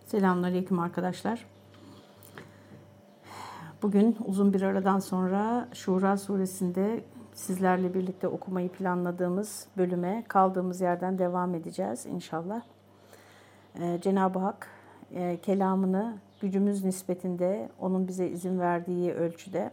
Selamünaleyküm arkadaşlar. Bugün uzun bir aradan sonra Şura suresinde sizlerle birlikte okumayı planladığımız bölüme kaldığımız yerden devam edeceğiz inşallah. Cenab-ı Hak kelamını gücümüz nispetinde onun bize izin verdiği ölçüde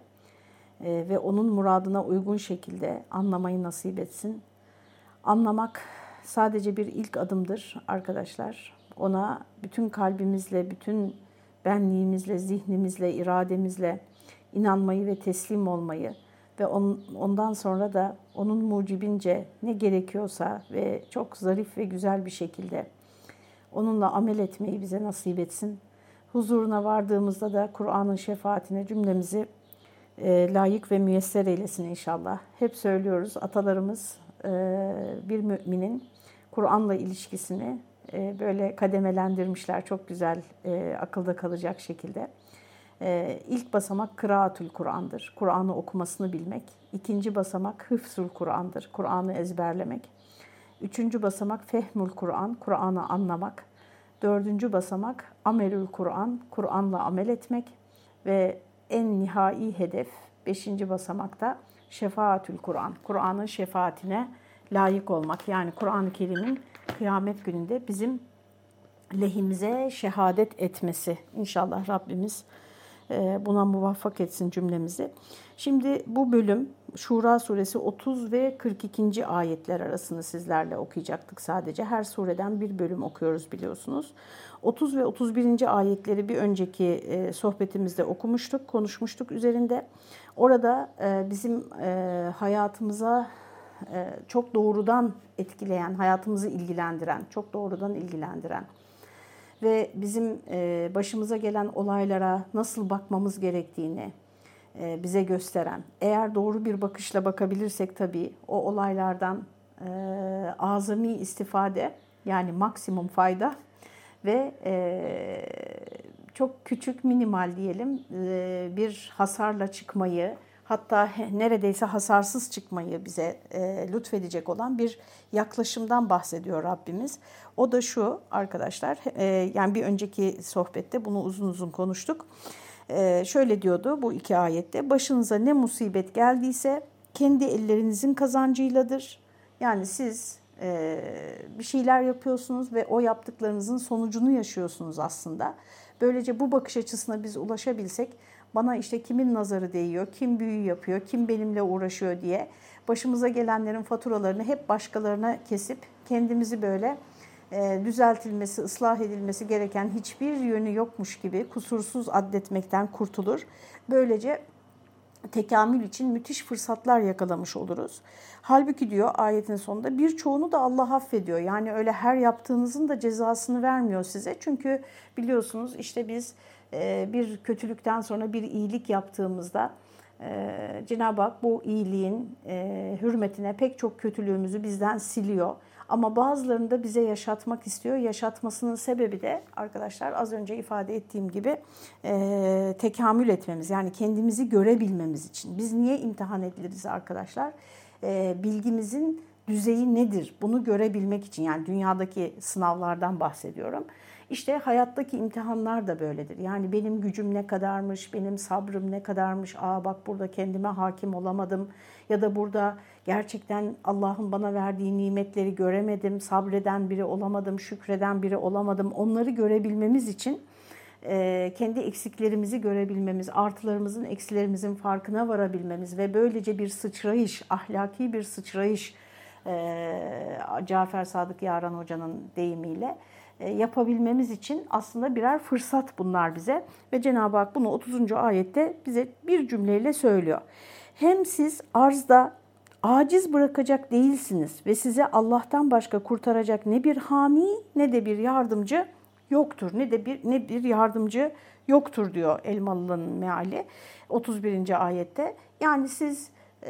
ve onun muradına uygun şekilde anlamayı nasip etsin. Anlamak sadece bir ilk adımdır arkadaşlar. Ona bütün kalbimizle, bütün benliğimizle, zihnimizle, irademizle inanmayı ve teslim olmayı ve ondan sonra da onun mucibince ne gerekiyorsa ve çok zarif ve güzel bir şekilde onunla amel etmeyi bize nasip etsin. Huzuruna vardığımızda da Kur'an'ın şefaatine cümlemizi layık ve müyesser eylesin inşallah. Hep söylüyoruz, atalarımız bir müminin Kur'an'la ilişkisini böyle kademelendirmişler. Çok güzel, akılda kalacak şekilde. İlk basamak kıraatül Kur'an'dır. Kur'an'ı okumasını bilmek. İkinci basamak hıfzul Kur'an'dır. Kur'an'ı ezberlemek. Üçüncü basamak fehmül Kur'an. Kur'an'ı anlamak. Dördüncü basamak amelül Kur'an. Kur'an'la amel etmek. Ve en nihai hedef, beşinci basamakta şefaatül Kur'an. Kur'an'ın şefaatine layık olmak. Yani Kur'an-ı Kerim'in kıyamet gününde bizim lehimize şehadet etmesi. İnşallah Rabbimiz buna muvaffak etsin cümlemizi. Şimdi bu bölüm Şura suresi 30 ve 42. ayetler arasını sizlerle okuyacaktık sadece. Her sureden bir bölüm okuyoruz biliyorsunuz. 30 ve 31. ayetleri bir önceki sohbetimizde okumuştuk, konuşmuştuk üzerinde. Orada bizim hayatımıza çok doğrudan etkileyen, hayatımızı ilgilendiren, çok doğrudan ilgilendiren ve bizim başımıza gelen olaylara nasıl bakmamız gerektiğini bize gösteren, eğer doğru bir bakışla bakabilirsek tabii o olaylardan azami istifade, yani maksimum fayda ve çok küçük, minimal diyelim bir hasarla çıkmayı, hatta neredeyse hasarsız çıkmayı bize lütfedecek olan bir yaklaşımdan bahsediyor Rabbimiz. O da şu arkadaşlar, yani bir önceki sohbette bunu uzun uzun konuştuk. Şöyle diyordu bu iki ayette: başınıza ne musibet geldiyse kendi ellerinizin kazancıyladır. Yani siz bir şeyler yapıyorsunuz ve o yaptıklarınızın sonucunu yaşıyorsunuz aslında. Böylece bu bakış açısına biz ulaşabilsek, bana işte kimin nazarı değiyor, kim büyü yapıyor, kim benimle uğraşıyor diye başımıza gelenlerin faturalarını hep başkalarına kesip kendimizi böyle düzeltilmesi, ıslah edilmesi gereken hiçbir yönü yokmuş gibi kusursuz addetmekten kurtulur. Böylece tekamül için müthiş fırsatlar yakalamış oluruz. Halbuki diyor ayetin sonunda birçoğunu da Allah affediyor. Yani öyle her yaptığınızın da cezasını vermiyor size. Çünkü biliyorsunuz işte biz bir kötülükten sonra bir iyilik yaptığımızda Cenab-ı Hak bu iyiliğin hürmetine pek çok kötülüğümüzü bizden siliyor. Ama bazılarını da bize yaşatmak istiyor. Yaşatmasının sebebi de arkadaşlar az önce ifade ettiğim gibi tekamül etmemiz. Yani kendimizi görebilmemiz için. Biz niye imtihan ediliriz arkadaşlar? Bilgimizin düzeyi nedir? Bunu görebilmek için, yani dünyadaki sınavlardan bahsediyorum. İşte hayattaki imtihanlar da böyledir. Yani benim gücüm ne kadarmış, benim sabrım ne kadarmış, bak burada kendime hakim olamadım ya da burada gerçekten Allah'ın bana verdiği nimetleri göremedim, sabreden biri olamadım, şükreden biri olamadım. Onları görebilmemiz için kendi eksiklerimizi görebilmemiz, artılarımızın, eksilerimizin farkına varabilmemiz ve böylece bir sıçrayış, ahlaki bir sıçrayış, Cafer Sadık Yaran Hoca'nın deyimiyle yapabilmemiz için aslında birer fırsat bunlar bize. Ve Cenab-ı Hak bunu 30. ayette bize bir cümleyle söylüyor. Hem siz arzda aciz bırakacak değilsiniz ve size Allah'tan başka kurtaracak ne bir hami ne de bir yardımcı yoktur. Ne bir yardımcı yoktur diyor Elmalı'nın meali 31. ayette. Yani siz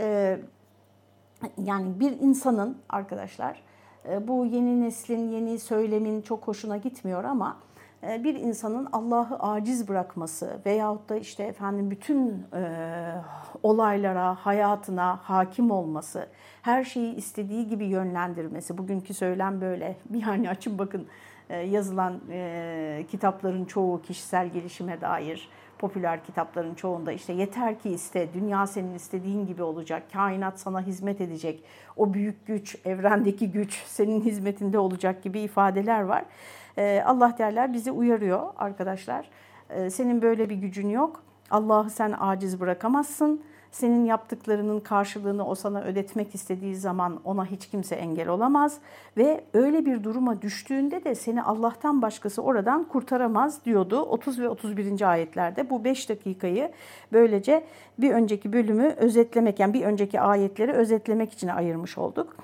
yani bir insanın arkadaşlar, bu yeni neslin, yeni söylemin çok hoşuna gitmiyor ama bir insanın Allah'ı aciz bırakması veyahut da işte efendim bütün olaylara, hayatına hakim olması, her şeyi istediği gibi yönlendirmesi. Bugünkü söylem böyle. Yani açın bakın yazılan kitapların çoğu kişisel gelişime dair, popüler kitapların çoğunda işte yeter ki iste, dünya senin istediğin gibi olacak, kainat sana hizmet edecek, o büyük güç, evrendeki güç senin hizmetinde olacak gibi ifadeler var. Allah Teala bizi uyarıyor arkadaşlar. Senin böyle bir gücün yok. Allah'ı sen aciz bırakamazsın. Senin yaptıklarının karşılığını o sana ödetmek istediği zaman ona hiç kimse engel olamaz. Ve öyle bir duruma düştüğünde de seni Allah'tan başkası oradan kurtaramaz diyordu 30 ve 31. ayetlerde. Bu 5 dakikayı böylece bir önceki bölümü özetlemek, yani bir önceki ayetleri özetlemek için ayırmış olduk.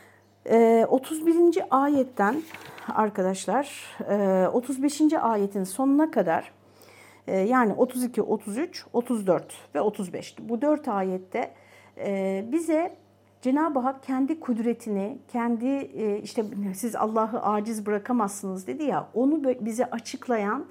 31. ayetten arkadaşlar 35. ayetin sonuna kadar yani 32, 33, 34 ve 35 bu 4 ayette bize Cenab-ı Hak kendi kudretini, kendi işte siz Allah'ı aciz bırakamazsınız dedi ya, onu bize açıklayan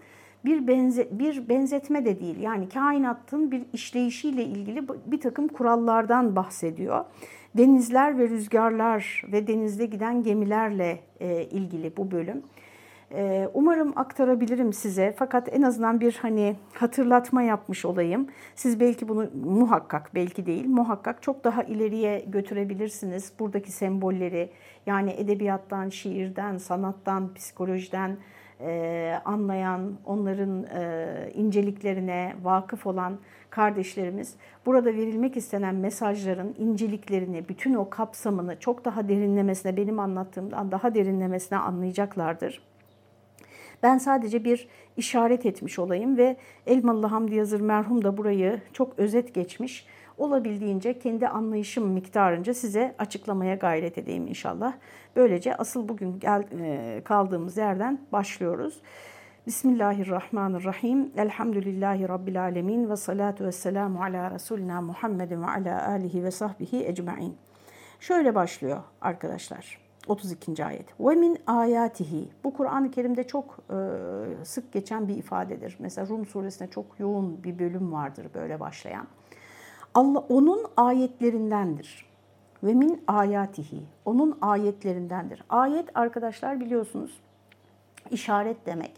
bir benzetme de değil. Yani kainatın bir işleyişiyle ilgili bir takım kurallardan bahsediyor. Denizler ve rüzgarlar ve denizde giden gemilerle ilgili bu bölüm. Umarım aktarabilirim size, fakat en azından bir hatırlatma yapmış olayım. Siz belki bunu muhakkak, belki değil muhakkak çok daha ileriye götürebilirsiniz buradaki sembolleri. Yani edebiyattan, şiirden, sanattan, psikolojiden anlayan, onların inceliklerine vakıf olan kardeşlerimiz burada verilmek istenen mesajların inceliklerini, bütün o kapsamını çok daha derinlemesine, benim anlattığımdan daha derinlemesine anlayacaklardır. Ben sadece bir işaret etmiş olayım ve Elmalı Hamdi Yazır merhum da burayı çok özet geçmiş. Olabildiğince kendi anlayışım miktarınca size açıklamaya gayret edeyim inşallah. Böylece asıl bugün kaldığımız yerden başlıyoruz. Bismillahirrahmanirrahim. Elhamdülillahi Rabbil alemin ve salatu ve selamu ala Resulina Muhammedin ve ala alihi ve sahbihi ecma'in. Şöyle başlıyor arkadaşlar. 32. ayet. Ve min ayatihi. Bu Kur'an-ı Kerim'de çok sık geçen bir ifadedir. Mesela Rum suresinde çok yoğun bir bölüm vardır böyle başlayan. Allah onun ayetlerindendir. Ve min ayatihi. Onun ayetlerindendir. Ayet arkadaşlar biliyorsunuz işaret demek.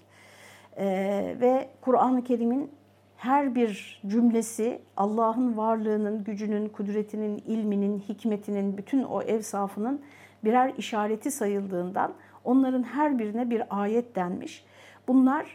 Ve Kur'an-ı Kerim'in her bir cümlesi Allah'ın varlığının, gücünün, kudretinin, ilminin, hikmetinin, bütün o evsafının birer işareti sayıldığından onların her birine bir ayet denmiş. Bunlar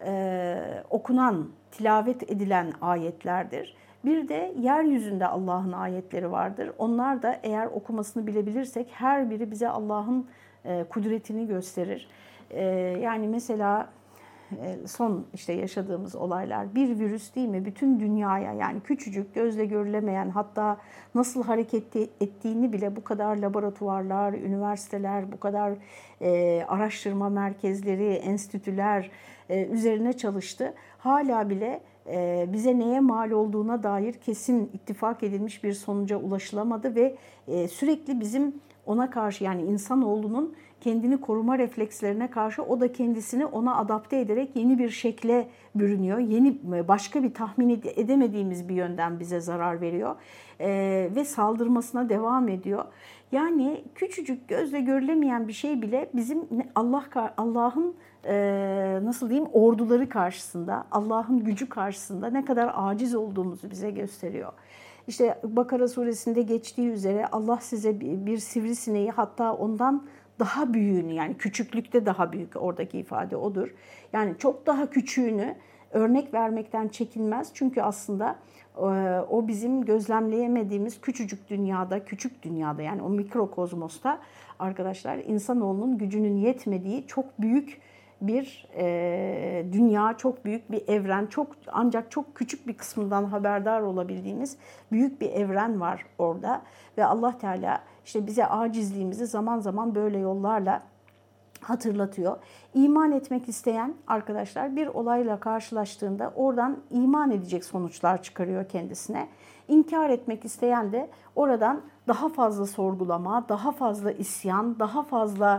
okunan, tilavet edilen ayetlerdir. Bir de yeryüzünde Allah'ın ayetleri vardır. Onlar da eğer okumasını bilebilirsek her biri bize Allah'ın kudretini gösterir. Yani mesela son işte yaşadığımız olaylar, bir virüs değil mi? Bütün dünyaya, yani küçücük, gözle görülemeyen, hatta nasıl hareket ettiğini bile bu kadar laboratuvarlar, üniversiteler, bu kadar araştırma merkezleri, enstitüler üzerine çalıştı. Hala bile bize neye mal olduğuna dair kesin ittifak edilmiş bir sonuca ulaşılamadı ve sürekli bizim ona karşı, yani insanoğlunun kendini koruma reflekslerine karşı o da kendisini ona adapte ederek yeni bir şekle bürünüyor. Yeni, başka bir tahmin edemediğimiz bir yönden bize zarar veriyor ve saldırmasına devam ediyor. Yani küçücük, gözle görülemeyen bir şey bile bizim Allah'ın nasıl diyeyim, orduları karşısında, Allah'ın gücü karşısında ne kadar aciz olduğumuzu bize gösteriyor. İşte Bakara suresinde geçtiği üzere Allah size bir sivrisineği, hatta ondan daha büyüğünü, yani küçüklükte daha büyük, oradaki ifade odur. Yani çok daha küçüğünü örnek vermekten çekinmez. Çünkü aslında o bizim gözlemleyemediğimiz küçücük dünyada yani o mikrokozmosta arkadaşlar insanoğlunun gücünün yetmediği çok büyük bir dünya, çok büyük bir evren, ancak çok küçük bir kısmından haberdar olabildiğimiz büyük bir evren var orada. Ve Allah Teala işte bize acizliğimizi zaman zaman böyle yollarla hatırlatıyor. İman etmek isteyen arkadaşlar bir olayla karşılaştığında oradan iman edecek sonuçlar çıkarıyor kendisine. İnkar etmek isteyen de oradan daha fazla sorgulama, daha fazla isyan, daha fazla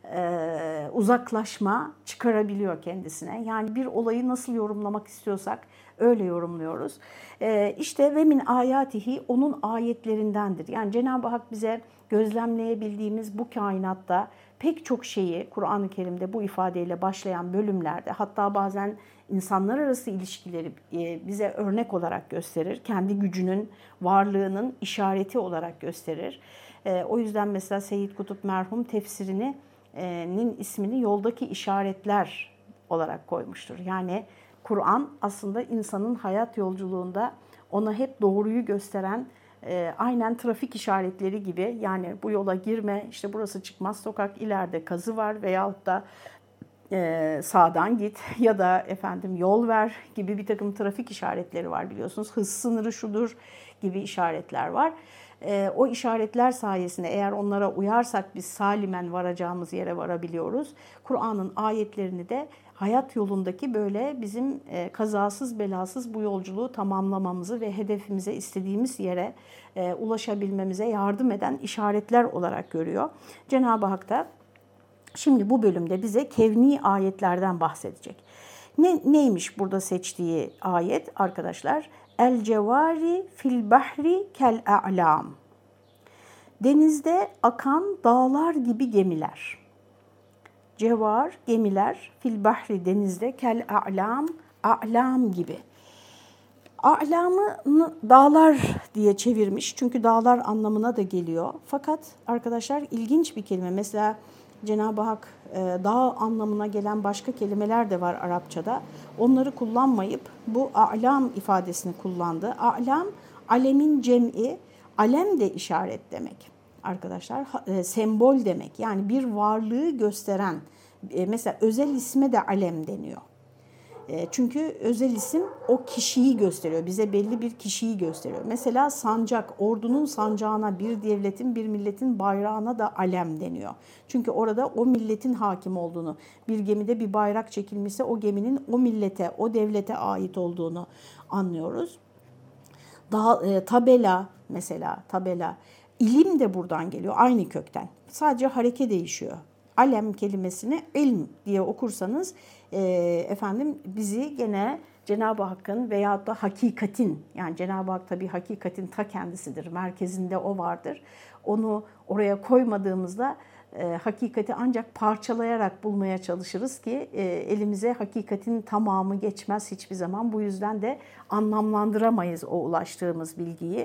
uzaklaşma çıkarabiliyor kendisine. Yani bir olayı nasıl yorumlamak istiyorsak öyle yorumluyoruz. İşte ve min ayatihi, onun ayetlerindendir. Yani Cenab-ı Hak bize gözlemleyebildiğimiz bu kainatta pek çok şeyi Kur'an-ı Kerim'de bu ifadeyle başlayan bölümlerde, hatta bazen insanlar arası ilişkileri bize örnek olarak gösterir. Kendi gücünün, varlığının işareti olarak gösterir. O yüzden mesela Seyyid Kutup merhum tefsirinin ismini yoldaki işaretler olarak koymuştur. Yani Kur'an aslında insanın hayat yolculuğunda ona hep doğruyu gösteren, aynen trafik işaretleri gibi, yani bu yola girme, işte burası çıkmaz sokak, ileride kazı var veyahut da sağdan git ya da efendim yol ver gibi bir takım trafik işaretleri var biliyorsunuz. Hız sınırı şudur gibi işaretler var. O işaretler sayesinde eğer onlara uyarsak biz salimen varacağımız yere varabiliyoruz. Kur'an'ın ayetlerini de hayat yolundaki böyle bizim kazasız belasız bu yolculuğu tamamlamamızı ve hedefimize, istediğimiz yere ulaşabilmemize yardım eden işaretler olarak görüyor. Cenab-ı Hak da şimdi bu bölümde bize kevni ayetlerden bahsedecek. Neymiş burada seçtiği ayet arkadaşlar? El cevari fil bahri kel a'lam. Denizde akan dağlar gibi gemiler. Cevar, gemiler, fil bahri, denizde, kel a'lam, a'lam gibi. A'lamı dağlar diye çevirmiş çünkü dağlar anlamına da geliyor. Fakat arkadaşlar ilginç bir kelime. Mesela Cenab-ı Hak dağ anlamına gelen başka kelimeler de var Arapçada. Onları kullanmayıp bu a'lam ifadesini kullandı. A'lam, alemin cem'i, alem de işaret demek arkadaşlar. Sembol demek. Yani bir varlığı gösteren, mesela özel isme de alem deniyor. Çünkü özel isim o kişiyi gösteriyor. Bize belli bir kişiyi gösteriyor. Mesela sancak, ordunun sancağına, bir devletin, bir milletin bayrağına da alem deniyor. Çünkü orada o milletin hakim olduğunu, bir gemide bir bayrak çekilmişse o geminin o millete, o devlete ait olduğunu anlıyoruz. Tabela mesela, tabela. İlim de buradan geliyor, aynı kökten. Sadece hareke değişiyor. Alem kelimesini ilm diye okursanız bizi gene Cenab-ı Hakk'ın veyahut da hakikatin, yani Cenab-ı Hak tabii hakikatin ta kendisidir, merkezinde o vardır. Onu oraya koymadığımızda hakikati ancak parçalayarak bulmaya çalışırız ki elimize hakikatin tamamı geçmez hiçbir zaman. Bu yüzden de anlamlandıramayız o ulaştığımız bilgiyi.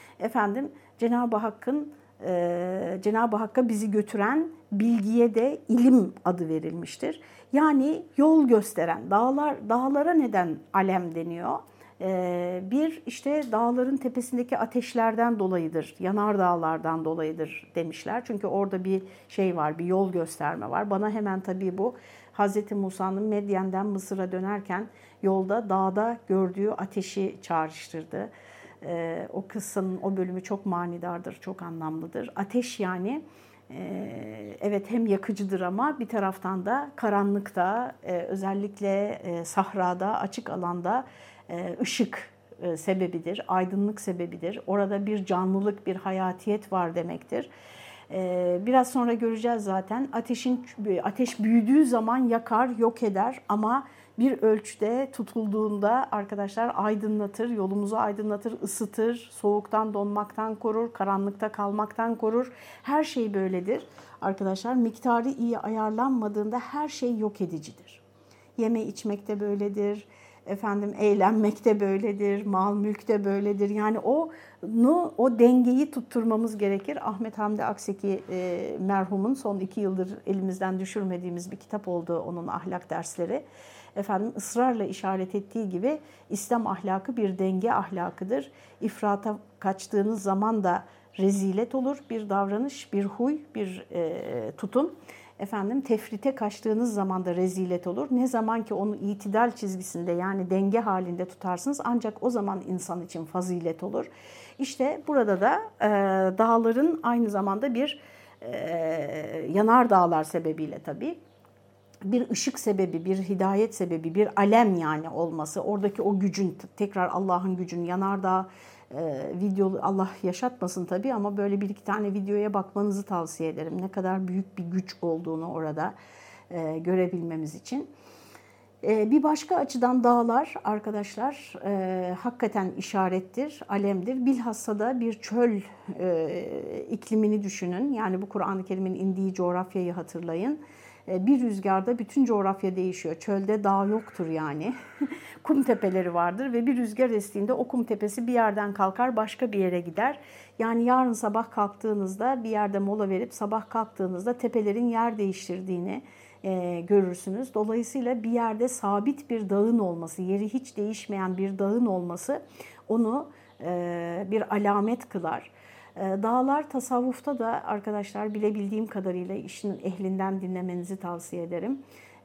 Cenab-ı Hakk'a bizi götüren bilgiye de ilim adı verilmiştir. Yani yol gösteren, dağlara neden alem deniyor? Bir işte dağların tepesindeki ateşlerden dolayıdır, yanardağlardan dolayıdır demişler. Çünkü orada bir şey var, bir yol gösterme var. Bana hemen tabii bu Hz. Musa'nın Medyen'den Mısır'a dönerken yolda dağda gördüğü ateşi çağrıştırdı. O kıssanın o bölümü çok manidardır, çok anlamlıdır. Ateş yani evet hem yakıcıdır ama bir taraftan da karanlıkta, özellikle sahrada, açık alanda ışık sebebidir, aydınlık sebebidir. Orada bir canlılık, bir hayatiyet var demektir. Biraz sonra göreceğiz zaten. Ateş büyüdüğü zaman yakar, yok eder ama bir ölçüde tutulduğunda arkadaşlar aydınlatır, yolumuzu aydınlatır, ısıtır, soğuktan, donmaktan korur, karanlıkta kalmaktan korur. Her şey böyledir arkadaşlar. Miktarı iyi ayarlanmadığında her şey yok edicidir. Yeme içmek de böyledir. Eğlenmek de böyledir, mal mülk de böyledir. Yani o dengeyi tutturmamız gerekir. Ahmet Hamdi Akseki merhumun son 2 yıldır elimizden düşürmediğimiz bir kitap oldu onun ahlak dersleri. Israrla işaret ettiği gibi İslam ahlakı bir denge ahlakıdır. İfrata kaçtığınız zaman da rezilet olur bir davranış, bir huy, bir tutum. Tefrite kaçtığınız zaman da rezilet olur. Ne zaman ki onu itidal çizgisinde yani denge halinde tutarsınız ancak o zaman insan için fazilet olur. İşte burada da dağların aynı zamanda bir yanar dağlar sebebiyle tabii bir ışık sebebi, bir hidayet sebebi, bir alem yani olması, oradaki o gücün, tekrar Allah'ın gücünün yanardağ video, Allah yaşatmasın tabii, ama böyle bir iki tane videoya bakmanızı tavsiye ederim. Ne kadar büyük bir güç olduğunu orada görebilmemiz için. Bir başka açıdan dağlar arkadaşlar hakikaten işarettir, alemdir. Bilhassa da bir çöl iklimini düşünün. Yani bu Kur'an-ı Kerim'in indiği coğrafyayı hatırlayın. Bir rüzgarda bütün coğrafya değişiyor. Çölde dağ yoktur yani. Kum tepeleri vardır ve bir rüzgar estiğinde o kum tepesi bir yerden kalkar, başka bir yere gider. Yani yarın sabah kalktığınızda bir yerde mola verip sabah kalktığınızda tepelerin yer değiştirdiğini görürsünüz. Dolayısıyla bir yerde sabit bir dağın olması, yeri hiç değişmeyen bir dağın olması onu bir alamet kılar. Dağlar tasavvufta da arkadaşlar bilebildiğim kadarıyla işin ehlinden dinlemenizi tavsiye ederim.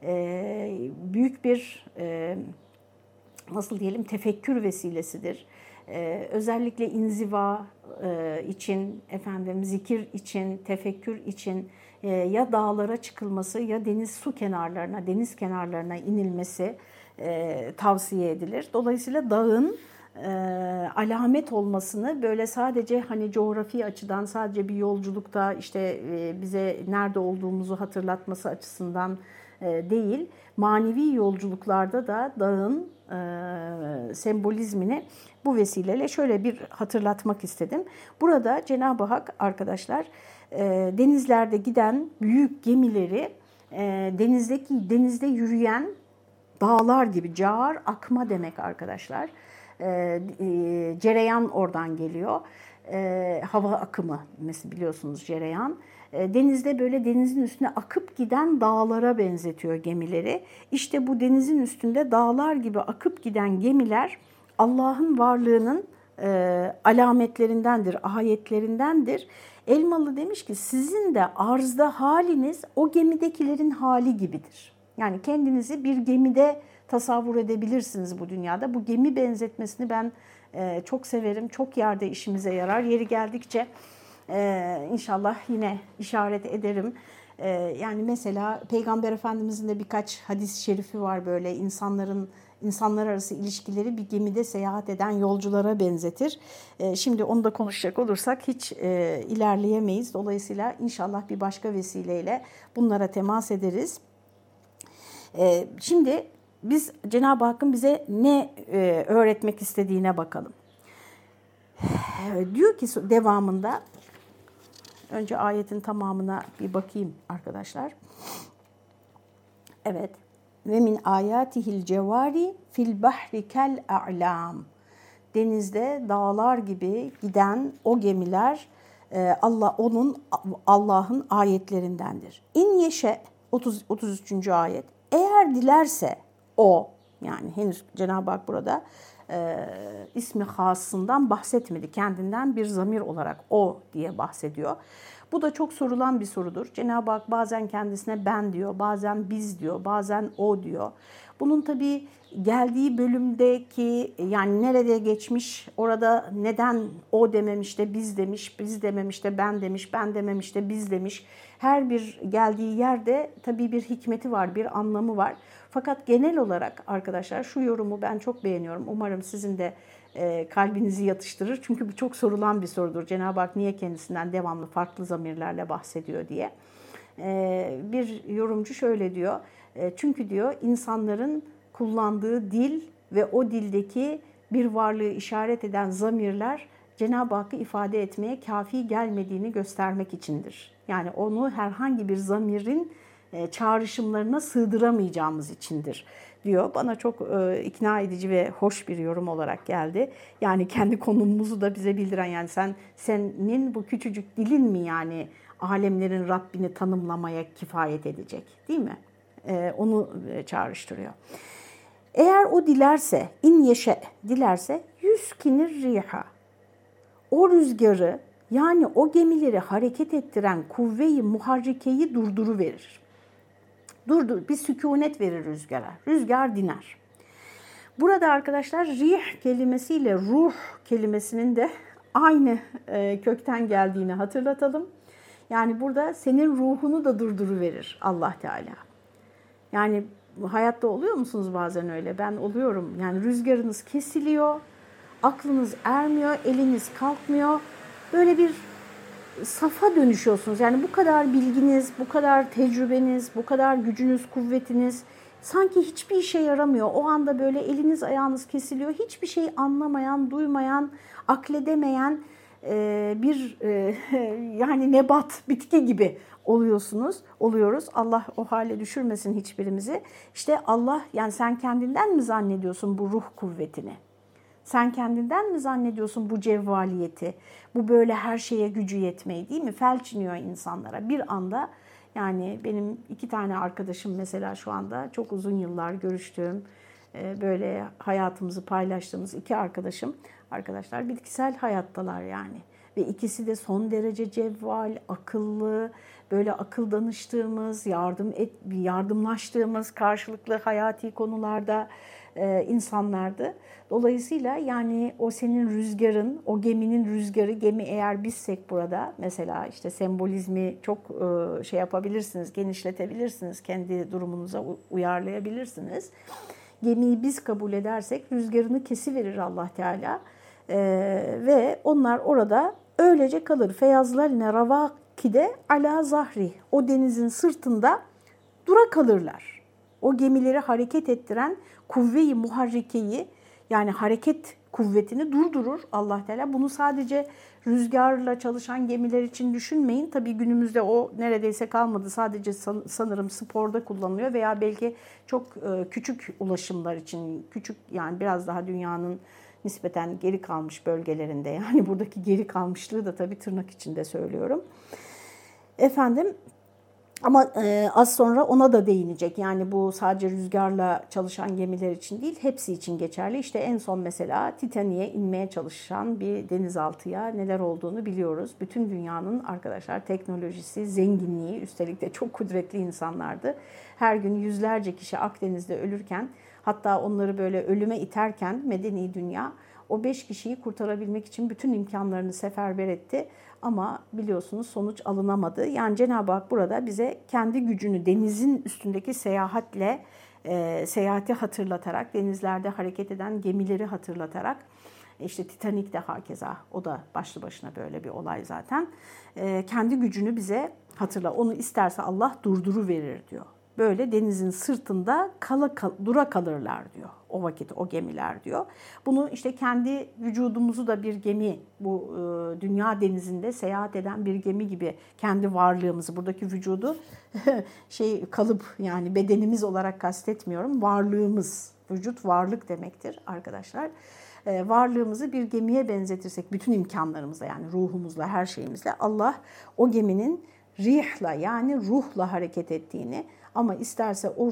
Büyük bir nasıl diyelim tefekkür vesilesidir. Özellikle inziva için, zikir için, tefekkür için ya dağlara çıkılması ya deniz kenarlarına inilmesi tavsiye edilir. Dolayısıyla dağın alamet olmasını böyle sadece hani coğrafi açıdan, sadece bir yolculukta işte bize nerede olduğumuzu hatırlatması açısından değil, manevi yolculuklarda da dağın sembolizmini bu vesileyle şöyle bir hatırlatmak istedim. Burada Cenab-ı Hak arkadaşlar denizlerde giden büyük gemileri denizde yürüyen dağlar gibi, car akma demek arkadaşlar. Cereyan oradan geliyor. Hava akımı mesela biliyorsunuz cereyan. Denizde böyle denizin üstüne akıp giden dağlara benzetiyor gemileri. İşte bu denizin üstünde dağlar gibi akıp giden gemiler Allah'ın varlığının alametlerindendir, ayetlerindendir. Elmalı demiş ki sizin de arzda haliniz o gemidekilerin hali gibidir. Yani kendinizi bir gemide tasavvur edebilirsiniz bu dünyada. Bu gemi benzetmesini ben çok severim. Çok yerde işimize yarar. Yeri geldikçe inşallah yine işaret ederim. Yani mesela Peygamber Efendimizin de birkaç hadis-i şerifi var böyle insanlar arası ilişkileri bir gemide seyahat eden yolculara benzetir. Şimdi onu da konuşacak olursak hiç ilerleyemeyiz. Dolayısıyla inşallah bir başka vesileyle bunlara temas ederiz. Şimdi biz Cenab-ı Hakk'ın bize ne öğretmek istediğine bakalım. Diyor ki devamında, önce ayetin tamamına bir bakayım arkadaşlar. Evet. Ve min ayatihil cevari fil bahri kel a'lam. Denizde dağlar gibi giden o gemiler Allah'ın ayetlerindendir. İn yeşe 33. ayet. Eğer dilerse o, yani henüz Cenab-ı Hak burada ismi hasından bahsetmedi. Kendinden bir zamir olarak o diye bahsediyor. Bu da çok sorulan bir sorudur. Cenab-ı Hak bazen kendisine ben diyor, bazen biz diyor, bazen o diyor. Bunun tabii geldiği bölümdeki, yani nerede geçmiş, orada neden o dememiş de biz demiş, biz dememiş de ben demiş, ben dememiş de biz demiş. Her bir geldiği yerde tabii bir hikmeti var, bir anlamı var. Fakat genel olarak arkadaşlar şu yorumu ben çok beğeniyorum. Umarım sizin de kalbinizi yatıştırır. Çünkü bu çok sorulan bir sorudur. Cenab-ı Hak niye kendisinden devamlı farklı zamirlerle bahsediyor diye. Bir yorumcu şöyle diyor. Çünkü diyor insanların kullandığı dil ve o dildeki bir varlığı işaret eden zamirler Cenab-ı Hakk'ı ifade etmeye kafi gelmediğini göstermek içindir. Yani onu herhangi bir zamirin çağrışımlarına sığdıramayacağımız içindir diyor. Bana çok ikna edici ve hoş bir yorum olarak geldi. Yani kendi konumumuzu da bize bildiren, yani senin bu küçücük dilin mi yani alemlerin Rabbini tanımlamaya kifayet edecek, değil mi? Onu çağrıştırıyor. Eğer o dilerse, in yeşe dilerse yüskinir riha. O rüzgarı, yani o gemileri hareket ettiren kuvve-i muharrikeyi durduruverir. Bir sükunet verir rüzgara. Rüzgar diner. Burada arkadaşlar rih kelimesiyle ruh kelimesinin de aynı kökten geldiğini hatırlatalım. Yani burada senin ruhunu da durduruverir Allah Teala. Yani hayatta oluyor musunuz bazen öyle? Ben oluyorum. Yani rüzgarınız kesiliyor. aklınız ermiyor, eliniz kalkmıyor. Böyle bir safa dönüşüyorsunuz. Yani bu kadar bilginiz, bu kadar tecrübeniz, bu kadar gücünüz, kuvvetiniz sanki hiçbir işe yaramıyor. O anda böyle eliniz ayağınız kesiliyor. Hiçbir şeyi anlamayan, duymayan, akledemeyen bir yani nebat, bitki gibi oluyoruz. Allah o hale düşürmesin hiçbirimizi. İşte Allah, yani sen kendinden mi zannediyorsun bu ruh kuvvetini? Sen kendinden mi zannediyorsun bu cevvaliyeti, bu böyle her şeye gücü yetmeyi, değil mi? Felç iniyor insanlara bir anda. Yani benim 2 tane arkadaşım mesela şu anda çok uzun yıllar görüştüğüm, böyle hayatımızı paylaştığımız 2 arkadaşlar bitkisel hayattalar yani. Ve ikisi de son derece cevval, akıllı, böyle akıl danıştığımız, yardımlaştığımız karşılıklı hayati konularda insanlardı. Dolayısıyla yani o senin rüzgarın, o geminin rüzgarı, gemi eğer bizsek burada mesela işte sembolizmi çok şey yapabilirsiniz, genişletebilirsiniz, kendi durumunuza uyarlayabilirsiniz. Gemiyi biz kabul edersek rüzgarını kesiverir Allah Teala ve onlar orada öylece kalır. Feyazlarine ravakide ala zahri, o denizin sırtında dura kalırlar. O gemileri hareket ettiren kuvve-i muharrikeyi, yani hareket kuvvetini durdurur Allah Teala. Bunu sadece rüzgarla çalışan gemiler için düşünmeyin. Tabii günümüzde o neredeyse kalmadı. Sadece sanırım sporda kullanılıyor veya belki çok küçük ulaşımlar için, küçük yani biraz daha dünyanın nispeten geri kalmış bölgelerinde. Yani buradaki geri kalmışlığı da tabii tırnak içinde söylüyorum. Efendim, ama az sonra ona da değinecek. Yani bu sadece rüzgarla çalışan gemiler için değil, hepsi için geçerli. İşte en son mesela Titanic'e inmeye çalışan bir denizaltıya neler olduğunu biliyoruz. Bütün dünyanın arkadaşlar teknolojisi, zenginliği, üstelik de çok kudretli insanlardı. Her gün yüzlerce kişi Akdeniz'de ölürken, hatta onları böyle ölüme iterken medeni dünya o 5 kişiyi kurtarabilmek için bütün imkanlarını seferber etti. Ama biliyorsunuz sonuç alınamadı. Yani Cenab-ı Hak burada bize kendi gücünü denizin üstündeki seyahati hatırlatarak, denizlerde hareket eden gemileri hatırlatarak, işte Titanic de hakeza, o da başlı başına böyle bir olay zaten. Kendi gücünü bize hatırla. Onu isterse Allah durduruverir diyor. Böyle denizin sırtında dura kalırlar diyor. O vakit o gemiler diyor. Bunu işte kendi vücudumuzu da bir gemi, bu dünya denizinde seyahat eden bir gemi gibi kendi varlığımızı, buradaki vücudu kalıp yani bedenimiz olarak kastetmiyorum. Varlığımız, vücut varlık demektir arkadaşlar. Varlığımızı bir gemiye benzetirsek bütün imkanlarımızla, yani ruhumuzla, her şeyimizle, Allah o geminin rihla yani ruhla hareket ettiğini, ama isterse o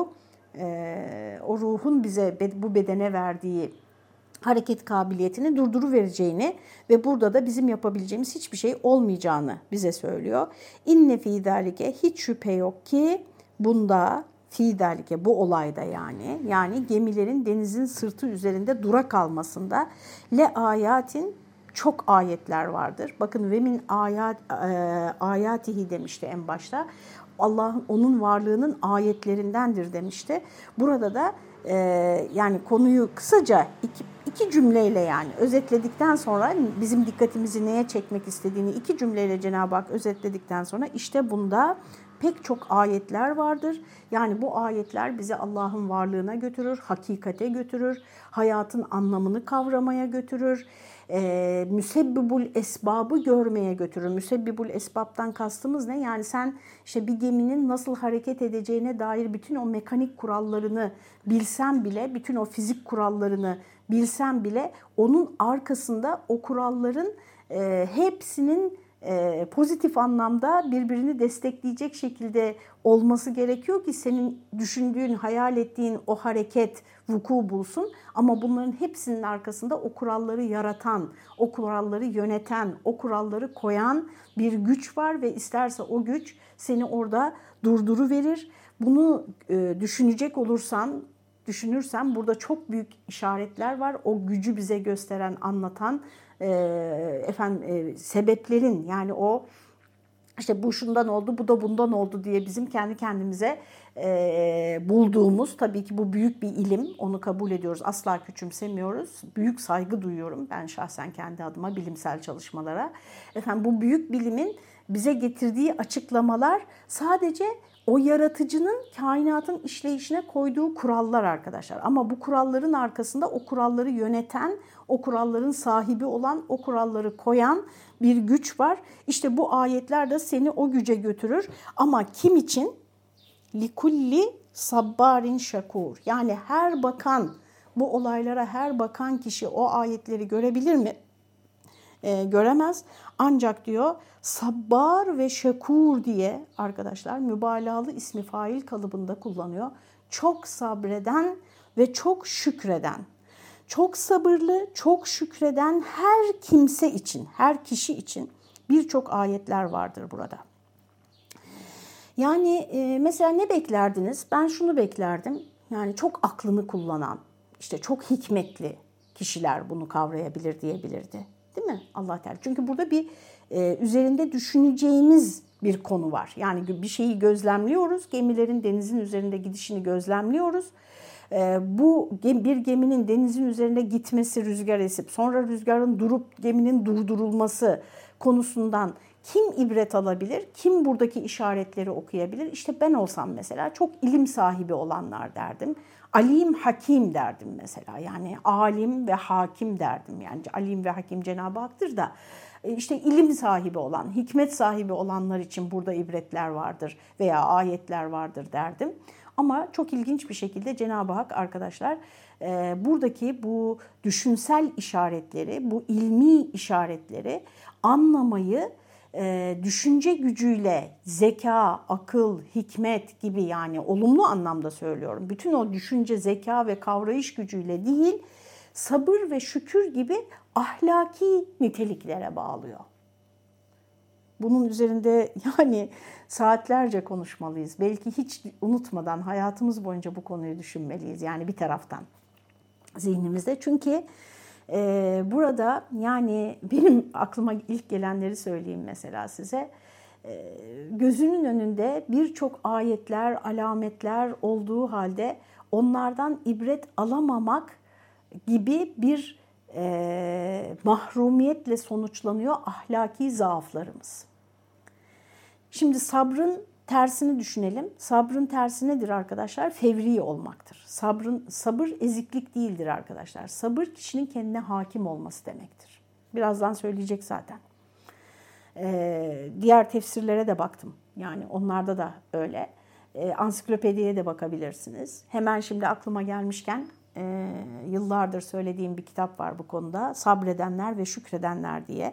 ruhun bize bu bedene verdiği hareket kabiliyetini durduruvereceğini ve burada da bizim yapabileceğimiz hiçbir şey olmayacağını bize söylüyor. İnne fî zâlike, hiç şüphe yok ki bunda, fî zâlike bu olayda yani gemilerin denizin sırtı üzerinde dura kalmasında le ayatin, çok ayetler vardır. Bakın ve min ayatihi demişti en başta. Allah'ın, onun varlığının ayetlerindendir demişti. Burada da yani konuyu kısaca iki cümleyle yani özetledikten sonra, bizim dikkatimizi neye çekmek istediğini 2 cümleyle Cenab-ı Hak özetledikten sonra işte bunda pek çok ayetler vardır. Yani bu ayetler bizi Allah'ın varlığına götürür, hakikate götürür, hayatın anlamını kavramaya götürür, müsebbibul esbabı görmeye götürür. Müsebbibul esbabtan kastımız ne? Yani sen işte bir geminin nasıl hareket edeceğine dair bütün o mekanik kurallarını bilsen bile, bütün o fizik kurallarını bilsen bile, onun arkasında o kuralların hepsinin pozitif anlamda birbirini destekleyecek şekilde olması gerekiyor ki senin düşündüğün, hayal ettiğin o hareket vuku bulsun. Ama bunların hepsinin arkasında o kuralları yaratan, o kuralları yöneten, o kuralları koyan bir güç var ve isterse o güç seni orada durduruverir. Bunu düşünürsen burada çok büyük işaretler var. O gücü bize gösteren, anlatan sebeplerin, yani o İşte bu şundan oldu, bu da bundan oldu diye bizim kendi kendimize bulduğumuz, tabii ki bu büyük bir ilim, onu kabul ediyoruz, asla küçümsemiyoruz. Büyük saygı duyuyorum ben şahsen kendi adıma bilimsel çalışmalara. Efendim bu büyük bilimin bize getirdiği açıklamalar sadece o yaratıcının kainatın işleyişine koyduğu kurallar arkadaşlar. Ama bu kuralların arkasında o kuralları yöneten, o kuralların sahibi olan, o kuralları koyan bir güç var. İşte bu ayetler de seni o güce götürür. Ama kim için? Likulli sabbarin şakur. Yani her bakan, bu olaylara her bakan kişi o ayetleri görebilir mi? Göremez. Ancak diyor sabbar ve şakur diye arkadaşlar mübalağalı ismi fail kalıbında kullanıyor. Çok sabreden ve çok şükreden. Çok sabırlı, çok şükreden her kimse için, her kişi için birçok ayetler vardır burada. Yani mesela ne beklerdiniz? Ben şunu beklerdim. Yani çok aklını kullanan, işte çok hikmetli kişiler bunu kavrayabilir diyebilirdi. Değil mi? Allah Teala. Çünkü burada bir üzerinde düşüneceğimiz bir konu var. Yani bir şeyi gözlemliyoruz. Gemilerin denizin üzerinde gidişini gözlemliyoruz. Bu bir geminin denizin üzerinde gitmesi, rüzgar esip sonra rüzgarın durup geminin durdurulması konusundan kim ibret alabilir? Kim buradaki işaretleri okuyabilir? İşte ben olsam mesela çok ilim sahibi olanlar derdim. Alim, hakim derdim mesela. Yani alim ve hakim derdim. Yani alim ve hakim Cenab-ı Hak'tır da işte ilim sahibi olan, hikmet sahibi olanlar için burada ibretler vardır veya ayetler vardır derdim. Ama çok ilginç bir şekilde Cenab-ı Hak arkadaşlar buradaki bu düşünsel işaretleri, bu ilmi işaretleri anlamayı düşünce gücüyle zeka, akıl, hikmet gibi, yani olumlu anlamda söylüyorum. Bütün o düşünce, zeka ve kavrayış gücüyle değil, sabır ve şükür gibi ahlaki niteliklere bağlıyor. Bunun üzerinde yani saatlerce konuşmalıyız. Belki hiç unutmadan hayatımız boyunca bu konuyu düşünmeliyiz. Yani bir taraftan zihnimizde. Çünkü burada yani benim aklıma ilk gelenleri söyleyeyim mesela size. Gözünün önünde birçok ayetler, alametler olduğu halde onlardan ibret alamamak gibi bir mahrumiyetle sonuçlanıyor ahlaki zaaflarımız. Şimdi sabrın tersini düşünelim. Sabrın tersi nedir arkadaşlar? Fevri olmaktır. Sabır eziklik değildir arkadaşlar. Sabır kişinin kendine hakim olması demektir. Birazdan söyleyecek zaten. Diğer tefsirlere de baktım. Yani onlarda da öyle. Ansiklopediye de bakabilirsiniz. Hemen şimdi aklıma gelmişken yıllardır söylediğim bir kitap var bu konuda. Sabredenler ve Şükredenler diye.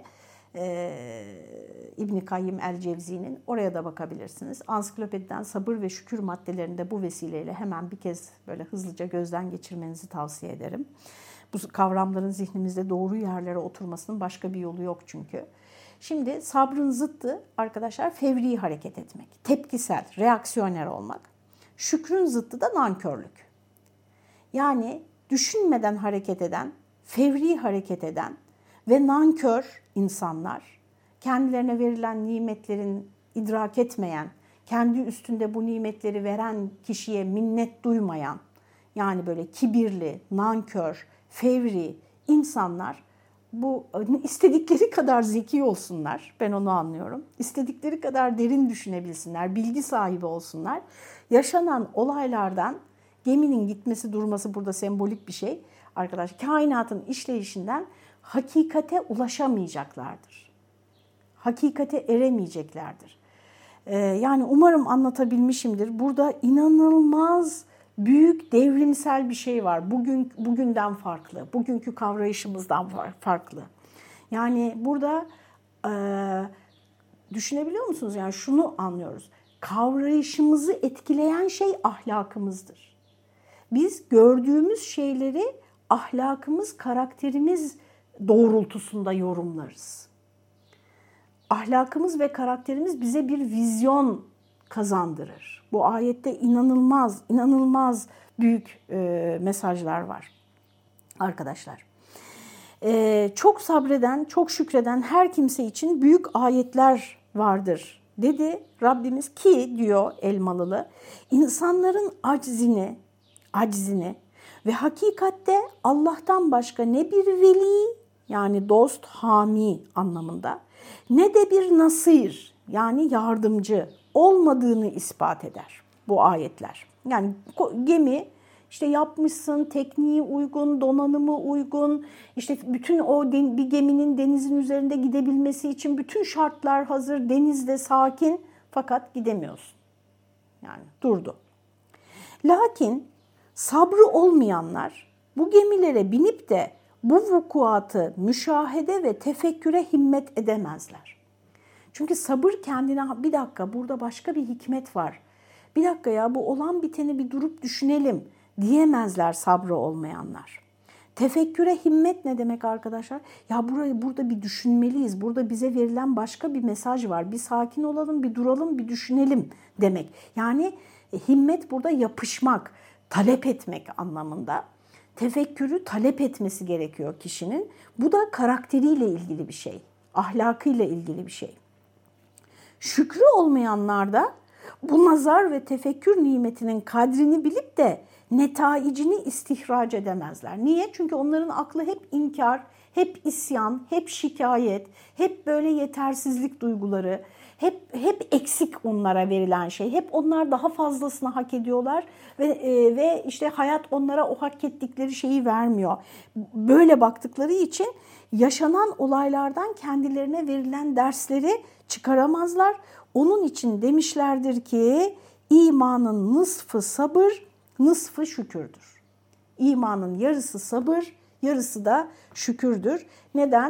İbn Kayyim el-Cevzi'nin, oraya da bakabilirsiniz. Ansiklopediden sabır ve şükür maddelerini de bu vesileyle hemen bir kez böyle hızlıca gözden geçirmenizi tavsiye ederim. Bu kavramların zihnimizde doğru yerlere oturmasının başka bir yolu yok çünkü. Şimdi sabrın zıttı arkadaşlar fevri hareket etmek, tepkisel, reaksiyoner olmak. Şükrün zıttı da nankörlük. Yani düşünmeden hareket eden, fevri hareket eden ve nankör insanlar, kendilerine verilen nimetlerin idrak etmeyen, kendi üstünde bu nimetleri veren kişiye minnet duymayan, yani böyle kibirli, nankör, fevri insanlar, bu istedikleri kadar zeki olsunlar, ben onu anlıyorum. İstedikleri kadar derin düşünebilsinler, bilgi sahibi olsunlar. Yaşanan olaylardan, geminin gitmesi durması burada sembolik bir şey arkadaş, kainatın işleyişinden hakikate ulaşamayacaklardır. Hakikate eremeyeceklerdir. Yani umarım anlatabilmişimdir. Burada inanılmaz büyük devrimsel bir şey var. Bugünden farklı, bugünkü kavrayışımızdan farklı. Yani burada düşünebiliyor musunuz? Yani şunu anlıyoruz. Kavrayışımızı etkileyen şey ahlakımızdır. Biz gördüğümüz şeyleri ahlakımız, karakterimiz doğrultusunda yorumlarız. Ahlakımız ve karakterimiz bize bir vizyon kazandırır. Bu ayette inanılmaz büyük mesajlar var arkadaşlar. Çok sabreden, çok şükreden her kimse için büyük ayetler vardır dedi Rabbimiz ki diyor Elmalılı, insanların aczini ve hakikatte Allah'tan başka ne bir veli yani dost, hami anlamında ne de bir nasir yani yardımcı olmadığını ispat eder bu ayetler. Yani gemi işte yapmışsın, tekniği uygun, donanımı uygun, işte bütün o bir geminin denizin üzerinde gidebilmesi için bütün şartlar hazır, denizde sakin fakat gidemiyorsun. Yani durdu. Lakin sabrı olmayanlar bu gemilere binip de bu vukuatı müşahede ve tefekküre himmet edemezler. Çünkü sabır kendine bir dakika burada başka bir hikmet var. Bir dakika ya bu olan biteni bir durup düşünelim diyemezler sabrı olmayanlar. Tefekküre himmet ne demek arkadaşlar? Ya burada bir düşünmeliyiz. Burada bize verilen başka bir mesaj var. Bir sakin olalım, bir duralım, bir düşünelim demek. Yani himmet burada yapışmak, talep etmek anlamında. Tefekkürü talep etmesi gerekiyor kişinin. Bu da karakteriyle ilgili bir şey, ahlakıyla ilgili bir şey. Şükrü olmayanlar da bu nazar ve tefekkür nimetinin kadrini bilip de netaicini istihraç edemezler. Niye? Çünkü onların aklı hep inkar, hep isyan, hep şikayet, hep böyle yetersizlik duyguları, hep eksik onlara verilen şey. Hep onlar daha fazlasını hak ediyorlar ve işte hayat onlara o hak ettikleri şeyi vermiyor. Böyle baktıkları için yaşanan olaylardan kendilerine verilen dersleri çıkaramazlar. Onun için demişlerdir ki imanın nısfı sabır, nısfı şükürdür. İmanın yarısı sabır, yarısı da şükürdür. Neden?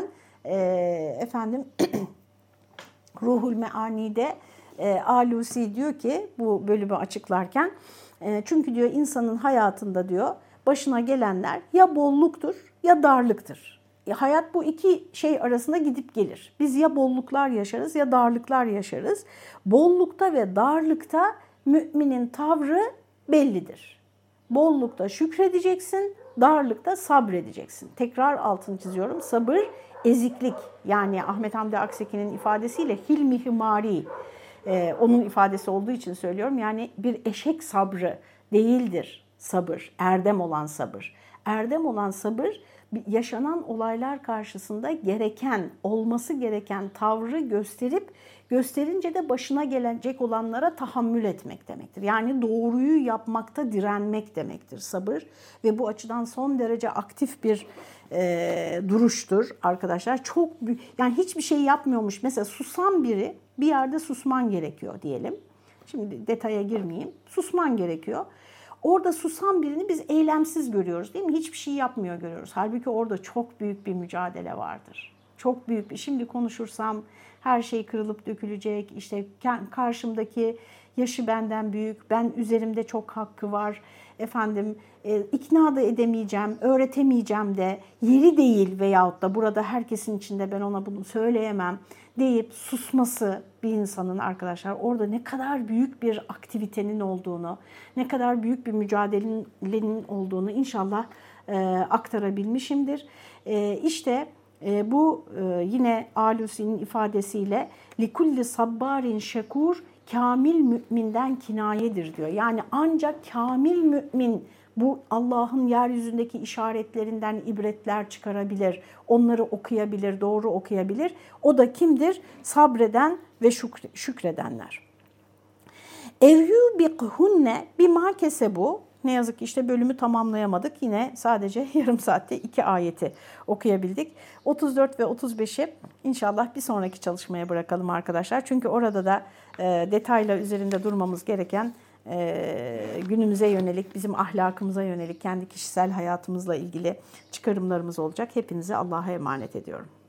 Ruhul Meani'de Alusi diyor ki bu bölümü açıklarken çünkü diyor insanın hayatında diyor başına gelenler ya bolluktur ya darlıktır. Hayat bu iki şey arasında gidip gelir. Biz ya bolluklar yaşarız ya darlıklar yaşarız. Bollukta ve darlıkta müminin tavrı bellidir. Bollukta şükredeceksin, darlıkta sabredeceksin. Tekrar altını çiziyorum. Sabır, eziklik. Yani Ahmet Hamdi Akseki'nin ifadesiyle hilmi himari, onun ifadesi olduğu için söylüyorum. Yani bir eşek sabrı değildir sabır, erdem olan sabır. Erdem olan sabır, yaşanan olaylar karşısında olması gereken tavrı gösterince de başına gelecek olanlara tahammül etmek demektir. Yani doğruyu yapmakta direnmek demektir sabır ve bu açıdan son derece aktif bir duruştur arkadaşlar. Çok büyük, yani hiçbir şey yapmıyormuş. Mesela susan biri bir yerde susman gerekiyor diyelim. Şimdi detaya girmeyeyim. Susman gerekiyor. Orada susan birini biz eylemsiz görüyoruz değil mi? Hiçbir şey yapmıyor görüyoruz. Halbuki orada çok büyük bir mücadele vardır. Çok büyük bir, şimdi konuşursam her şey kırılıp dökülecek. İşte karşımdaki yaşı benden büyük, üzerimde çok hakkı var. İkna da edemeyeceğim, öğretemeyeceğim de, yeri değil veyahut da burada herkesin içinde ben ona bunu söyleyemem deyip susması bir insanın arkadaşlar orada ne kadar büyük bir aktivitenin olduğunu, ne kadar büyük bir mücadelenin olduğunu inşallah aktarabilmişimdir. Bu yine Alusi'nin ifadesiyle likulli sabbarin şekur kamil müminden kinayedir diyor. Yani ancak kamil mümin bu Allah'ın yeryüzündeki işaretlerinden ibretler çıkarabilir, onları okuyabilir, doğru okuyabilir. O da kimdir? Sabreden ve şükredenler. Evyubikhunne bima kesebu. Ne yazık ki işte bölümü tamamlayamadık. Yine sadece yarım saatte 2 ayeti okuyabildik. 34 ve 35'i inşallah bir sonraki çalışmaya bırakalım arkadaşlar. Çünkü orada da detayla üzerinde durmamız gereken günümüze yönelik, bizim ahlakımıza yönelik, kendi kişisel hayatımızla ilgili çıkarımlarımız olacak. Hepinizi Allah'a emanet ediyorum.